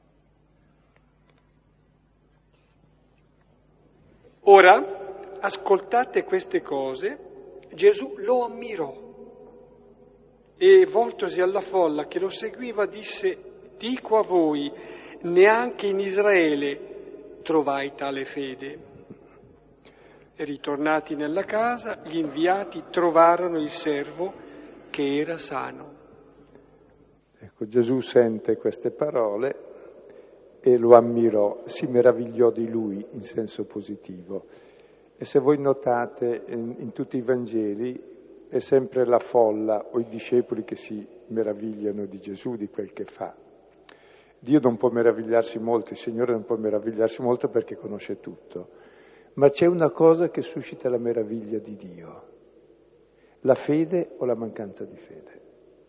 A: Ora, ascoltate queste cose, Gesù lo ammirò e, voltosi alla folla che lo seguiva, disse: dico a voi, neanche in Israele trovai tale fede. E ritornati nella casa, gli inviati trovarono il servo che era sano.
B: Ecco, Gesù sente queste parole e lo ammirò, si meravigliò di lui in senso positivo. E se voi notate in tutti i Vangeli è sempre la folla o i discepoli che si meravigliano di Gesù, di quel che fa. Dio non può meravigliarsi molto, il Signore non può meravigliarsi molto perché conosce tutto, ma c'è una cosa che suscita la meraviglia di Dio: la fede o la mancanza di fede.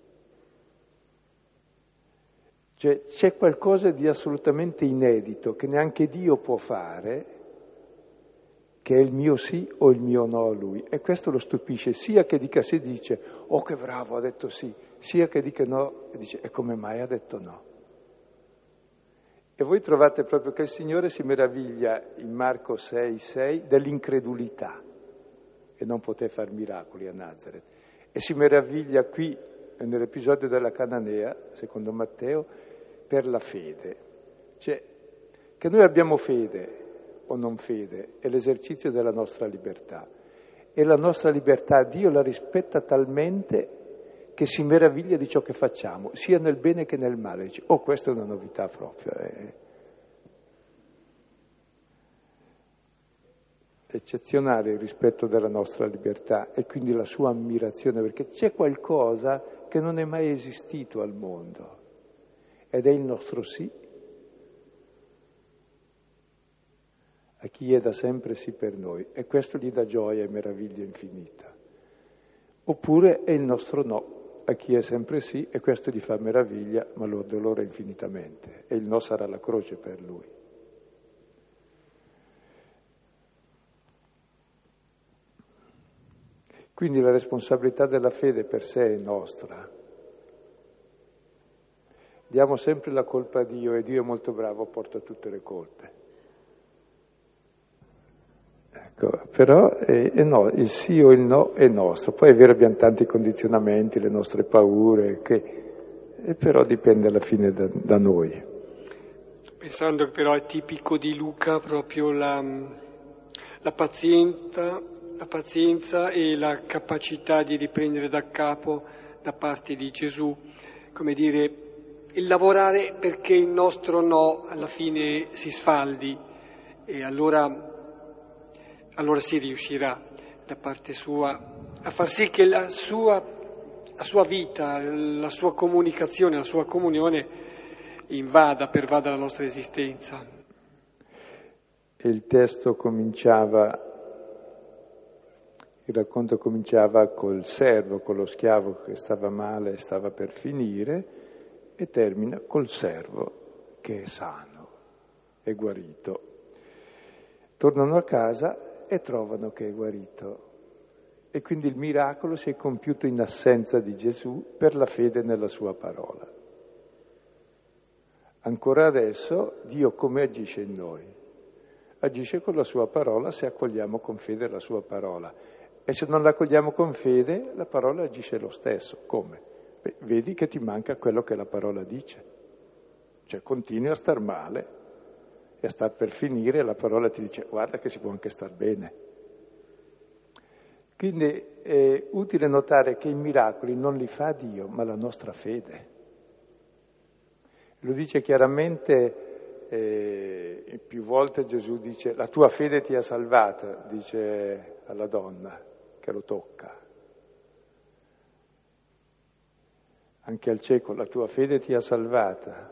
B: Cioè c'è qualcosa di assolutamente inedito che neanche Dio può fare, che è il mio sì o il mio no a Lui. E questo lo stupisce, sia che dica sì, dice oh che bravo, ha detto sì, sia che dica no e dice e come mai ha detto no? E voi trovate proprio che il Signore si meraviglia in Marco 6,6 dell'incredulità e non poté far miracoli a Nazareth. E si meraviglia qui, nell'episodio della Cananea, secondo Matteo, per la fede. Cioè, che noi abbiamo fede o non fede è l'esercizio della nostra libertà. E la nostra libertà Dio la rispetta talmente che si meraviglia di ciò che facciamo, sia nel bene che nel male. Dice, oh, questa è una novità proprio. Eccezionale il rispetto della nostra libertà e quindi la sua ammirazione, perché c'è qualcosa che non è mai esistito al mondo ed è il nostro sì a chi è da sempre sì per noi, e questo gli dà gioia e meraviglia infinita. oppure è il nostro no a chi è sempre sì, e questo gli fa meraviglia, ma lo dolora infinitamente, e il no sarà la croce per lui. Quindi la responsabilità della fede per sé è nostra. Diamo sempre la colpa a Dio, e Dio è molto bravo, porta tutte le colpe. Ecco, però no, il sì o il no è nostro. Poi è vero, abbiamo tanti condizionamenti, le nostre paure, però dipende alla fine da noi.
A: Sto pensando che però è tipico di Luca proprio la pazienza e la capacità di riprendere da capo da parte di Gesù, come dire, il lavorare perché il nostro no alla fine si sfaldi, e allora si riuscirà da parte sua a far sì che la sua vita, la sua comunicazione, la sua comunione pervada la nostra esistenza.
B: E il racconto cominciava col servo, con lo schiavo che stava male e stava per finire, e termina col servo che è sano, è guarito. Tornano a casa e trovano che è guarito. E quindi il miracolo si è compiuto in assenza di Gesù per la fede nella sua parola. Ancora adesso Dio come agisce in noi? Agisce con la sua parola se accogliamo con fede la sua parola. E se non la accogliamo con fede, la parola agisce lo stesso. Come? Beh, vedi che ti manca quello che la parola dice. Cioè continui a star male e a star per finire, la parola ti dice guarda che si può anche star bene. Quindi è utile notare che i miracoli non li fa Dio, ma la nostra fede. Lo dice chiaramente, più volte Gesù dice la tua fede ti ha salvato, dice alla donna che lo tocca. Anche al cieco, la tua fede ti ha salvata.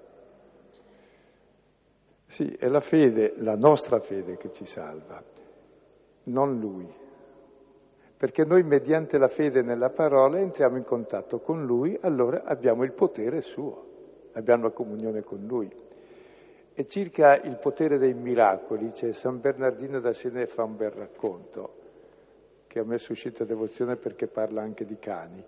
B: Sì, è la fede, la nostra fede che ci salva, non lui. Perché noi mediante la fede nella parola entriamo in contatto con lui, allora abbiamo il potere suo, abbiamo la comunione con lui. E circa il potere dei miracoli, c'è San Bernardino da Siena fa un bel racconto, che a me suscita devozione perché parla anche di cani.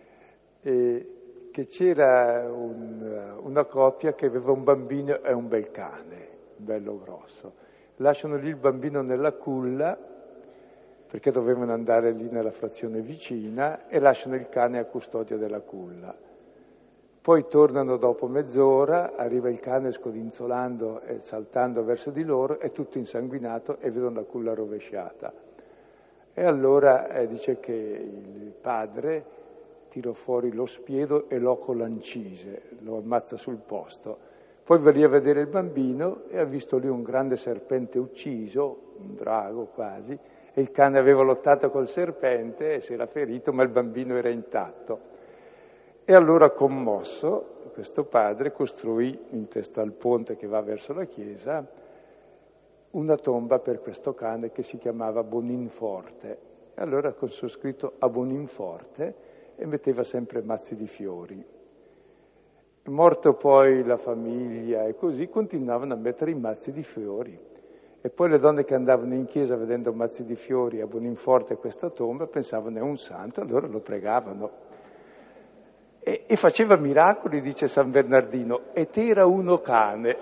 B: Che c'era una coppia che aveva un bambino e un bel cane, bello grosso. Lasciano lì il bambino nella culla, perché dovevano andare lì nella frazione vicina, e lasciano il cane a custodia della culla. Poi tornano dopo mezz'ora, arriva il cane scodinzolando e saltando verso di loro, è tutto insanguinato e vedono la culla rovesciata. E allora dice che il padre tira fuori lo spiedo e loco l'ancise, lo ammazza sul posto. Poi va lì a vedere il bambino e ha visto lì un grande serpente ucciso, un drago quasi, e il cane aveva lottato col serpente e si era ferito, ma il bambino era intatto. E allora, commosso, questo padre costruì in testa al ponte che va verso la chiesa una tomba per questo cane che si chiamava Boninforte. E allora con suo scritto a Boninforte e metteva sempre mazzi di fiori. Morto poi la famiglia e così continuavano a mettere i mazzi di fiori. E poi le donne che andavano in chiesa vedendo mazzi di fiori a Boninforte questa tomba pensavano è un santo, allora lo pregavano. E faceva miracoli, dice San Bernardino, ed era uno cane.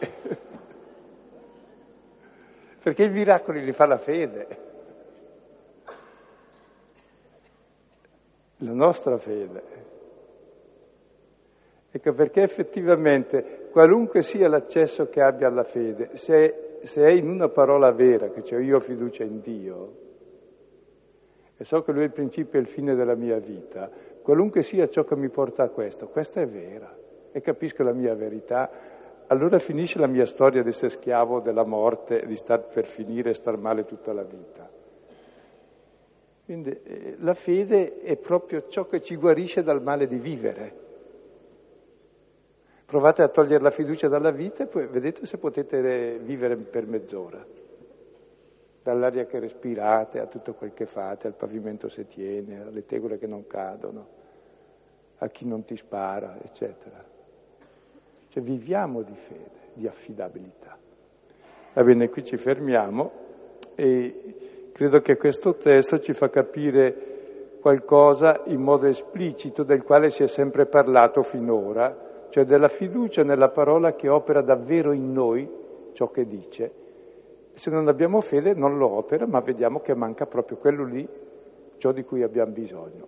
B: Perché i miracoli li fa la fede. La nostra fede. Ecco perché effettivamente, qualunque sia l'accesso che abbia alla fede, se è in una parola vera, che cioè io ho fiducia in Dio, e so che Lui è il principio e il fine della mia vita, qualunque sia ciò che mi porta a questo, questa è vera, e capisco la mia verità, allora finisce la mia storia di essere schiavo della morte, di star per finire e star male tutta la vita. Quindi la fede è proprio ciò che ci guarisce dal male di vivere. Provate a togliere la fiducia dalla vita e poi vedete se potete vivere per mezz'ora. dall'aria che respirate a tutto quel che fate, al pavimento se tiene, alle tegole che non cadono, a chi non ti spara, eccetera. Cioè viviamo di fede, di affidabilità. Va bene, qui ci fermiamo e credo che questo testo ci fa capire qualcosa in modo esplicito del quale si è sempre parlato finora, cioè della fiducia nella parola che opera davvero in noi ciò che dice. Se non abbiamo fede non lo opera, ma vediamo che manca proprio quello lì, ciò di cui abbiamo bisogno.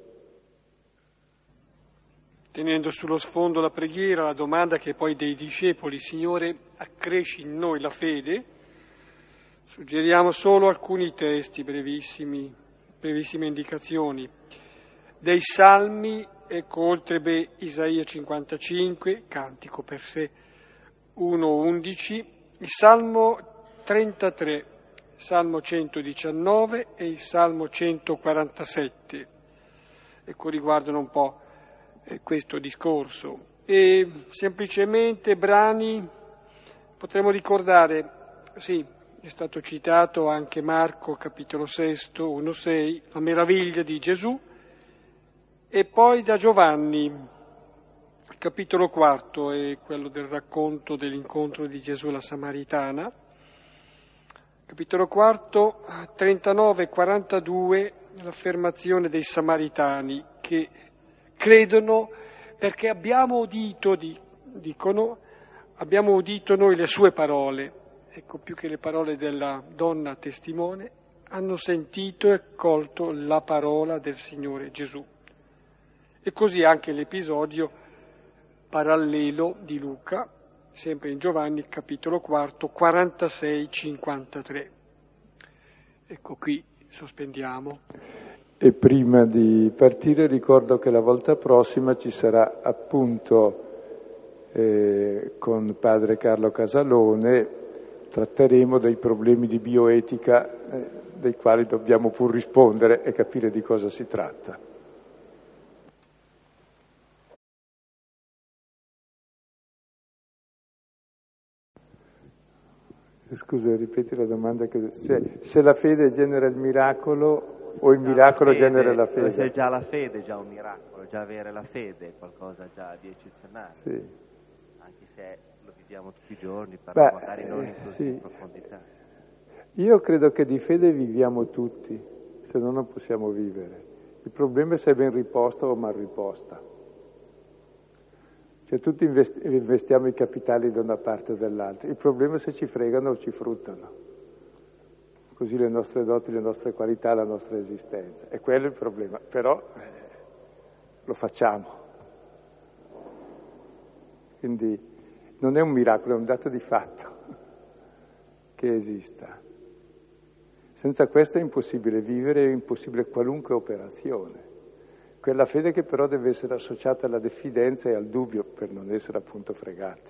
A: Tenendo sullo sfondo la preghiera, la domanda che poi dei discepoli, Signore, accresci in noi la fede, suggeriamo solo alcuni testi brevissime indicazioni. Dei Salmi, ecco, oltre Isaia 55, cantico per sé, 1:11, il Salmo 33, Salmo 119 e il Salmo 147. Ecco, riguardano un po' questo discorso. E semplicemente brani, potremmo ricordare, sì, è stato citato anche Marco, capitolo 6, 1:6, la meraviglia di Gesù, e poi da Giovanni, capitolo 4, è quello del racconto dell'incontro di Gesù alla Samaritana, capitolo 4, 39 e 42, l'affermazione dei Samaritani che credono perché abbiamo udito, dicono, abbiamo udito noi le sue parole. Ecco, più che le parole della donna testimone, hanno sentito e colto la parola del Signore Gesù. E così anche l'episodio parallelo di Luca, sempre in Giovanni, capitolo 4, 46-53. Ecco, qui sospendiamo.
B: E prima di partire ricordo che la volta prossima ci sarà appunto con padre Carlo Casalone, tratteremo dei problemi di bioetica dei quali dobbiamo pur rispondere e capire di cosa si tratta. Scusa, ripeti la domanda. Se la fede genera il miracolo o il miracolo genera la fede?
D: Se già la fede è già un miracolo, già avere la fede è qualcosa già di eccezionale.
B: Sì.
D: Anche se lo viviamo tutti i giorni, però magari non in così
B: sì.
D: profondità.
B: Io credo che di fede viviamo tutti, se no non possiamo vivere. Il problema è se è ben riposta o mal riposta. Cioè tutti investiamo i capitali da una parte o dall'altra. Il problema è se ci fregano o ci fruttano. Così le nostre doti, le nostre qualità, la nostra esistenza. E quello è il problema. Però lo facciamo. Quindi non è un miracolo, è un dato di fatto che esista. Senza questo è impossibile vivere, è impossibile qualunque operazione. Quella fede che però deve essere associata alla diffidenza e al dubbio per non essere appunto fregati.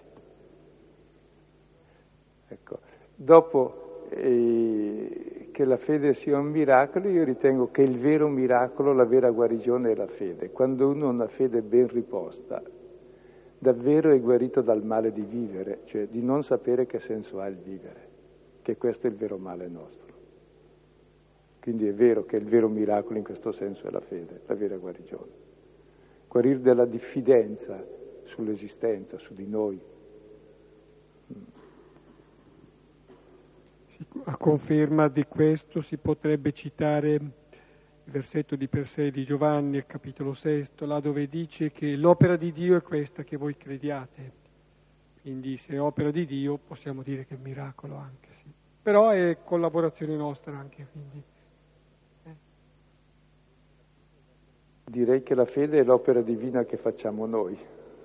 B: Ecco. Dopo che la fede sia un miracolo, io ritengo che il vero miracolo, la vera guarigione è la fede. Quando uno ha una fede ben riposta, davvero è guarito dal male di vivere, cioè di non sapere che senso ha il vivere, che questo è il vero male nostro. Quindi è vero che il vero miracolo in questo senso è la fede, la vera guarigione. Guarire dalla diffidenza sull'esistenza, su di noi.
A: A conferma di questo si potrebbe citare il versetto di per sé di Giovanni, il capitolo 6, là dove dice che l'opera di Dio è questa che voi crediate. Quindi se è opera di Dio possiamo dire che è un miracolo anche, sì. Però è collaborazione nostra anche, quindi.
B: Direi che la fede è l'opera divina che facciamo noi.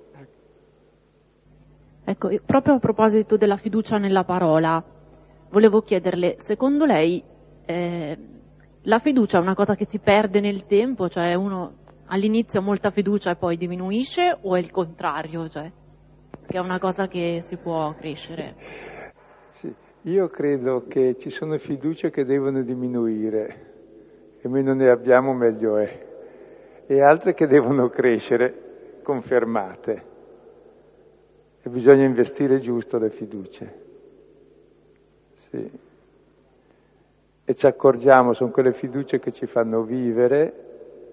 E: Ecco, proprio a proposito della fiducia nella parola, volevo chiederle, secondo lei la fiducia è una cosa che si perde nel tempo, cioè uno all'inizio ha molta fiducia e poi diminuisce, o è il contrario, cioè che è una cosa che si può crescere?
B: Sì, io credo che ci sono fiducie che devono diminuire, e meno ne abbiamo meglio è, e altre che devono crescere, confermate. E bisogna investire giusto le fiducie. Sì. e ci accorgiamo, sono quelle fiducie che ci fanno vivere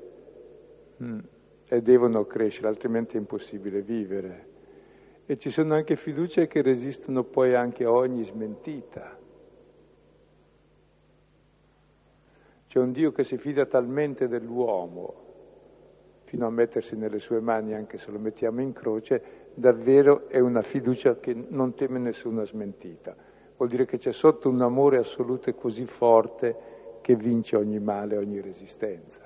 B: e devono crescere, altrimenti è impossibile vivere. E ci sono anche fiducie che resistono poi anche a ogni smentita. C'è un Dio che si fida talmente dell'uomo fino a mettersi nelle sue mani, anche se lo mettiamo in croce, davvero è una fiducia che non teme nessuna smentita. Vuol dire che c'è sotto un amore assoluto e così forte che vince ogni male, ogni resistenza.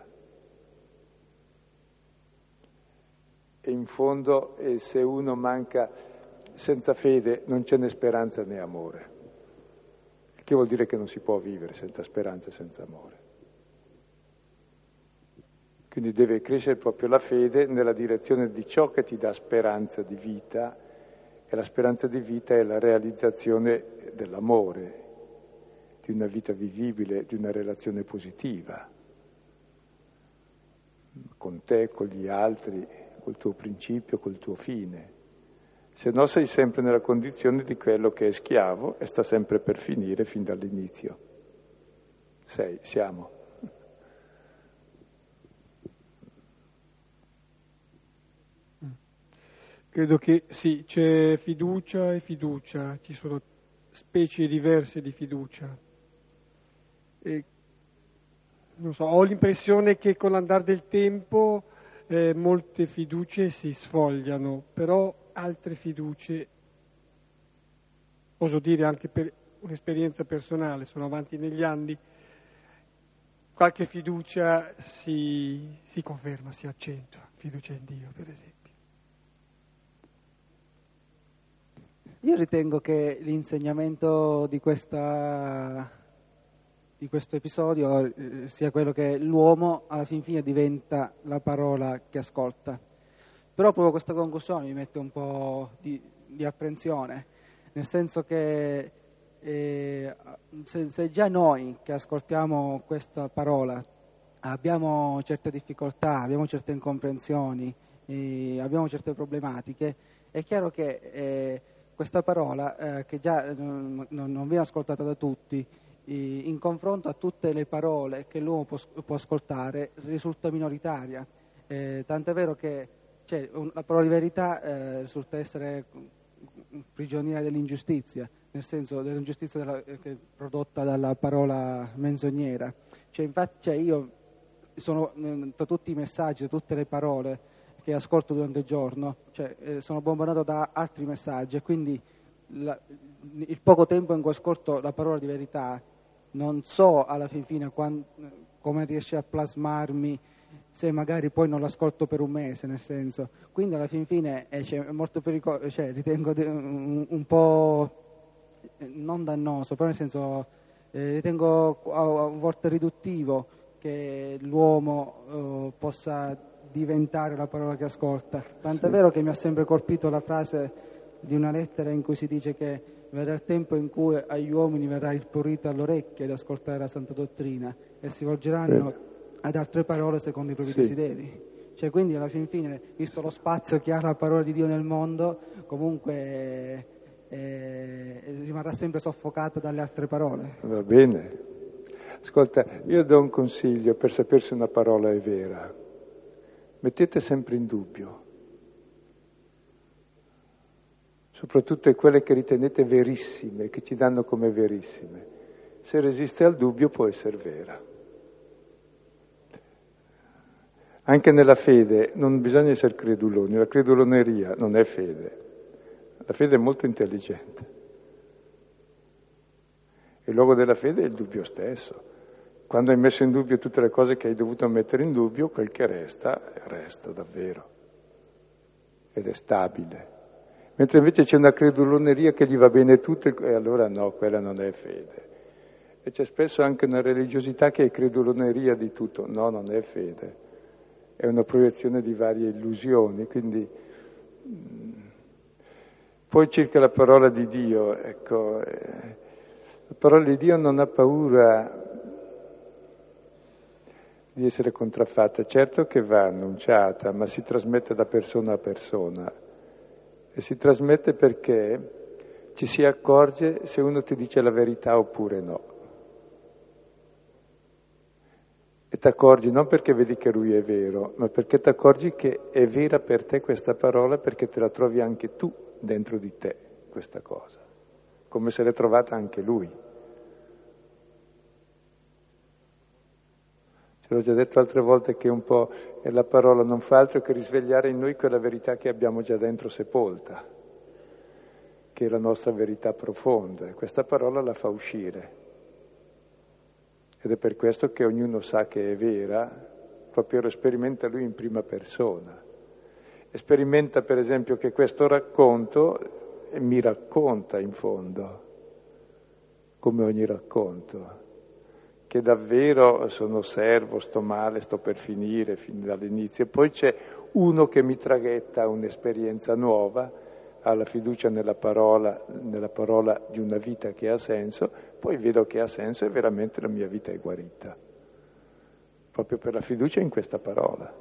B: E in fondo, se uno manca senza fede, non c'è né speranza né amore. Il che vuol dire che non si può vivere senza speranza e senza amore. Quindi deve crescere proprio la fede nella direzione di ciò che ti dà speranza di vita, e la speranza di vita è la realizzazione dell'amore, di una vita vivibile, di una relazione positiva, con te, con gli altri, col tuo principio, col tuo fine. Se no sei sempre nella condizione di quello che è schiavo e sta sempre per finire fin dall'inizio. Siamo.
A: Credo che sì, c'è fiducia e fiducia, ci sono specie diverse di fiducia. E, non so, ho l'impressione che con l'andare del tempo molte fiducie si sfogliano, però altre fiducie, oso dire anche per un'esperienza personale, sono avanti negli anni, qualche fiducia si conferma, si accentua, fiducia in Dio per esempio.
F: Io ritengo che l'insegnamento di questo episodio sia quello che l'uomo alla fin fine diventa la parola che ascolta. Però proprio questa conclusione mi mette un po' di apprensione, nel senso che se già noi che ascoltiamo questa parola abbiamo certe difficoltà, abbiamo certe incomprensioni, abbiamo certe problematiche, è chiaro che questa parola, che già non viene ascoltata da tutti, in confronto a tutte le parole che l'uomo può ascoltare, risulta minoritaria. Tant'è vero che la parola di verità risulta essere prigioniera dell'ingiustizia, nel senso dell'ingiustizia che è prodotta dalla parola menzognera. Infatti io sono, tra tutti i messaggi, da tutte le parole che ascolto durante il giorno, sono bombardato da altri messaggi, e quindi il poco tempo in cui ascolto la parola di verità non so alla fin fine come riesce a plasmarmi, se magari poi non l'ascolto per un mese, nel senso. Quindi alla fin fine è molto pericoloso, ritengo un po' non dannoso, però nel senso ritengo a volte riduttivo che l'uomo possa diventare la parola che ascolta. Tant'è vero che mi ha sempre colpito la frase di una lettera in cui si dice che verrà il tempo in cui agli uomini verrà il prurito all'orecchio ad ascoltare la santa dottrina e si volgeranno ad altre parole secondo i propri desideri. Quindi alla fin fine, visto lo spazio che ha la parola di Dio nel mondo, comunque rimarrà sempre soffocata dalle altre parole.
B: Va bene. Ascolta, io do un consiglio per sapere se una parola è vera. Mettete sempre in dubbio, soprattutto quelle che ritenete verissime, che ci danno come verissime. Se resiste al dubbio può essere vera. Anche nella fede non bisogna essere creduloni, la creduloneria non è fede, la fede è molto intelligente. Il luogo della fede è il dubbio stesso. Quando hai messo in dubbio tutte le cose che hai dovuto mettere in dubbio, quel che resta davvero ed è stabile. Mentre invece c'è una creduloneria che gli va bene tutto, e allora no, quella non è fede. E c'è spesso anche una religiosità che è creduloneria di tutto. No, non è fede, è una proiezione di varie illusioni. Quindi poi circa la parola di Dio, la parola di Dio non ha paura di essere contraffatta. Certo che va annunciata, ma si trasmette da persona a persona, e si trasmette perché ci si accorge se uno ti dice la verità oppure no. E ti accorgi non perché vedi che lui è vero, ma perché ti accorgi che è vera per te questa parola, perché te la trovi anche tu dentro di te, questa cosa, come se l'è trovata anche lui. Ce l'ho già detto altre volte che un po' la parola non fa altro che risvegliare in noi quella verità che abbiamo già dentro sepolta, che è la nostra verità profonda, e questa parola la fa uscire. Ed è per questo che ognuno sa che è vera, proprio lo sperimenta lui in prima persona. E sperimenta per esempio che questo racconto mi racconta in fondo, come ogni racconto, che davvero sono servo, sto male, sto per finire, fin dall'inizio. Poi c'è uno che mi traghetta un'esperienza nuova, ha la fiducia nella parola di una vita che ha senso, poi vedo che ha senso e veramente la mia vita è guarita. Proprio per la fiducia in questa parola.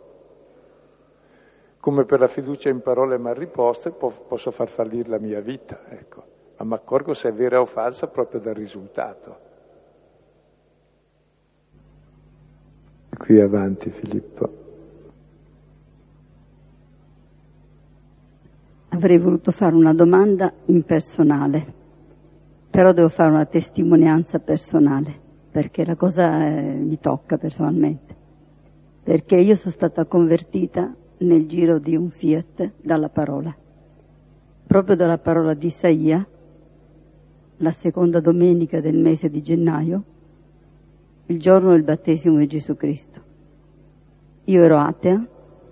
B: Come per la fiducia in parole mal riposte posso far fallire la mia vita, ecco. Ma mi accorgo se è vera o falsa proprio dal risultato. Qui avanti, Filippo.
G: Avrei voluto fare una domanda impersonale, però devo fare una testimonianza personale, perché la cosa mi tocca personalmente. Perché io sono stata convertita nel giro di un Fiat dalla parola, proprio dalla parola di Isaia, la seconda domenica del mese di gennaio, il giorno del battesimo di Gesù Cristo. Io ero atea,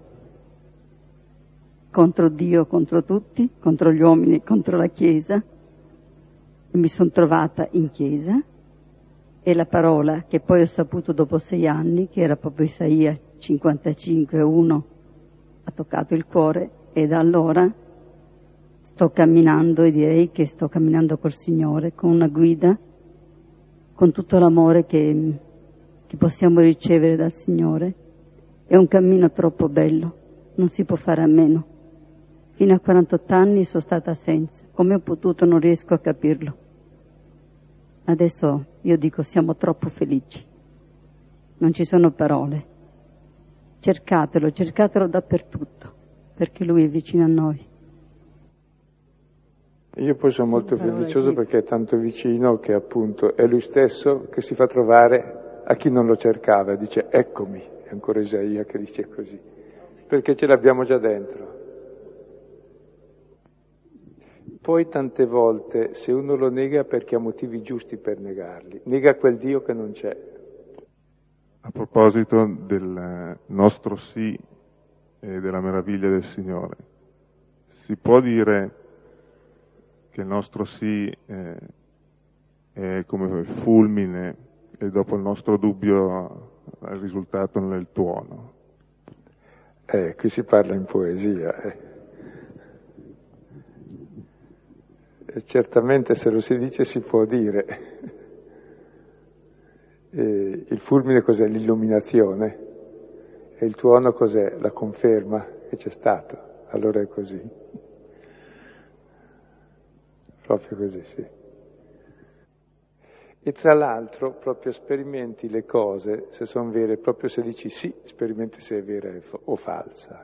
G: contro Dio, contro tutti, contro gli uomini, contro la Chiesa, e mi sono trovata in Chiesa, e la parola che poi ho saputo dopo 6 anni, che era proprio Isaia 55:1, ha toccato il cuore, e da allora sto camminando, e direi che sto camminando col Signore, con una guida, con tutto l'amore che possiamo ricevere dal Signore. È un cammino troppo bello, non si può fare a meno. Fino a 48 anni sono stata senza. Come ho potuto non riesco a capirlo. Adesso io dico siamo troppo felici. Non ci sono parole. Cercatelo dappertutto, perché Lui è vicino a noi.
B: Io poi sono molto fiducioso perché è tanto vicino che appunto è Lui stesso che si fa trovare a chi non lo cercava. Dice eccomi, è ancora Isaia che dice così, perché ce l'abbiamo già dentro. Poi tante volte, se uno lo nega perché ha motivi giusti per negarli, nega quel Dio che non c'è.
H: A proposito del nostro sì e della meraviglia del Signore, si può dire che il nostro sì è come il fulmine e dopo il nostro dubbio il risultato nel tuono?
B: Qui si parla in poesia, E certamente se lo si dice si può dire. Il fulmine cos'è? L'illuminazione. E il tuono cos'è? La conferma che c'è stato. Allora è così. Proprio così, sì. E tra l'altro proprio sperimenti le cose, se sono vere, proprio se dici sì, sperimenti se è vera o falsa.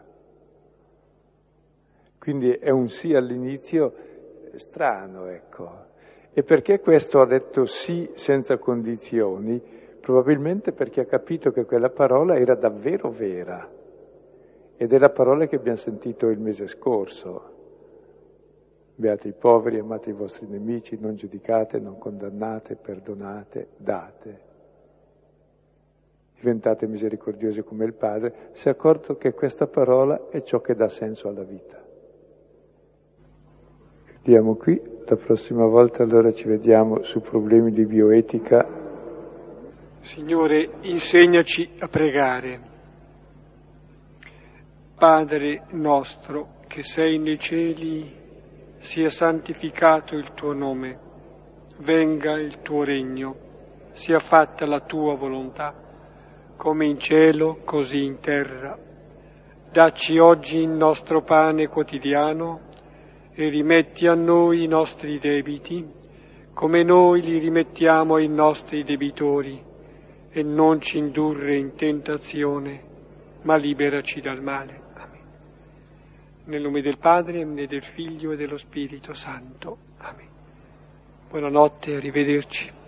B: Quindi è un sì all'inizio strano, ecco. E perché questo ha detto sì senza condizioni? Probabilmente perché ha capito che quella parola era davvero vera. Ed è la parola che abbiamo sentito il mese scorso. Beati i poveri, amate i vostri nemici, non giudicate, non condannate, perdonate, date. Diventate misericordiosi come il Padre. Si è accorto che questa parola è ciò che dà senso alla vita. Chiudiamo qui, la prossima volta allora ci vediamo su problemi di bioetica.
A: Signore, insegnaci a pregare. Padre nostro che sei nei cieli, sia santificato il tuo nome, venga il tuo regno, sia fatta la tua volontà, come in cielo, così in terra. Dacci oggi il nostro pane quotidiano e rimetti a noi i nostri debiti, come noi li rimettiamo ai nostri debitori, e non ci indurre in tentazione, ma liberaci dal male. Amen. Nel nome del Padre, e del Figlio e dello Spirito Santo. Amen. Buonanotte, arrivederci.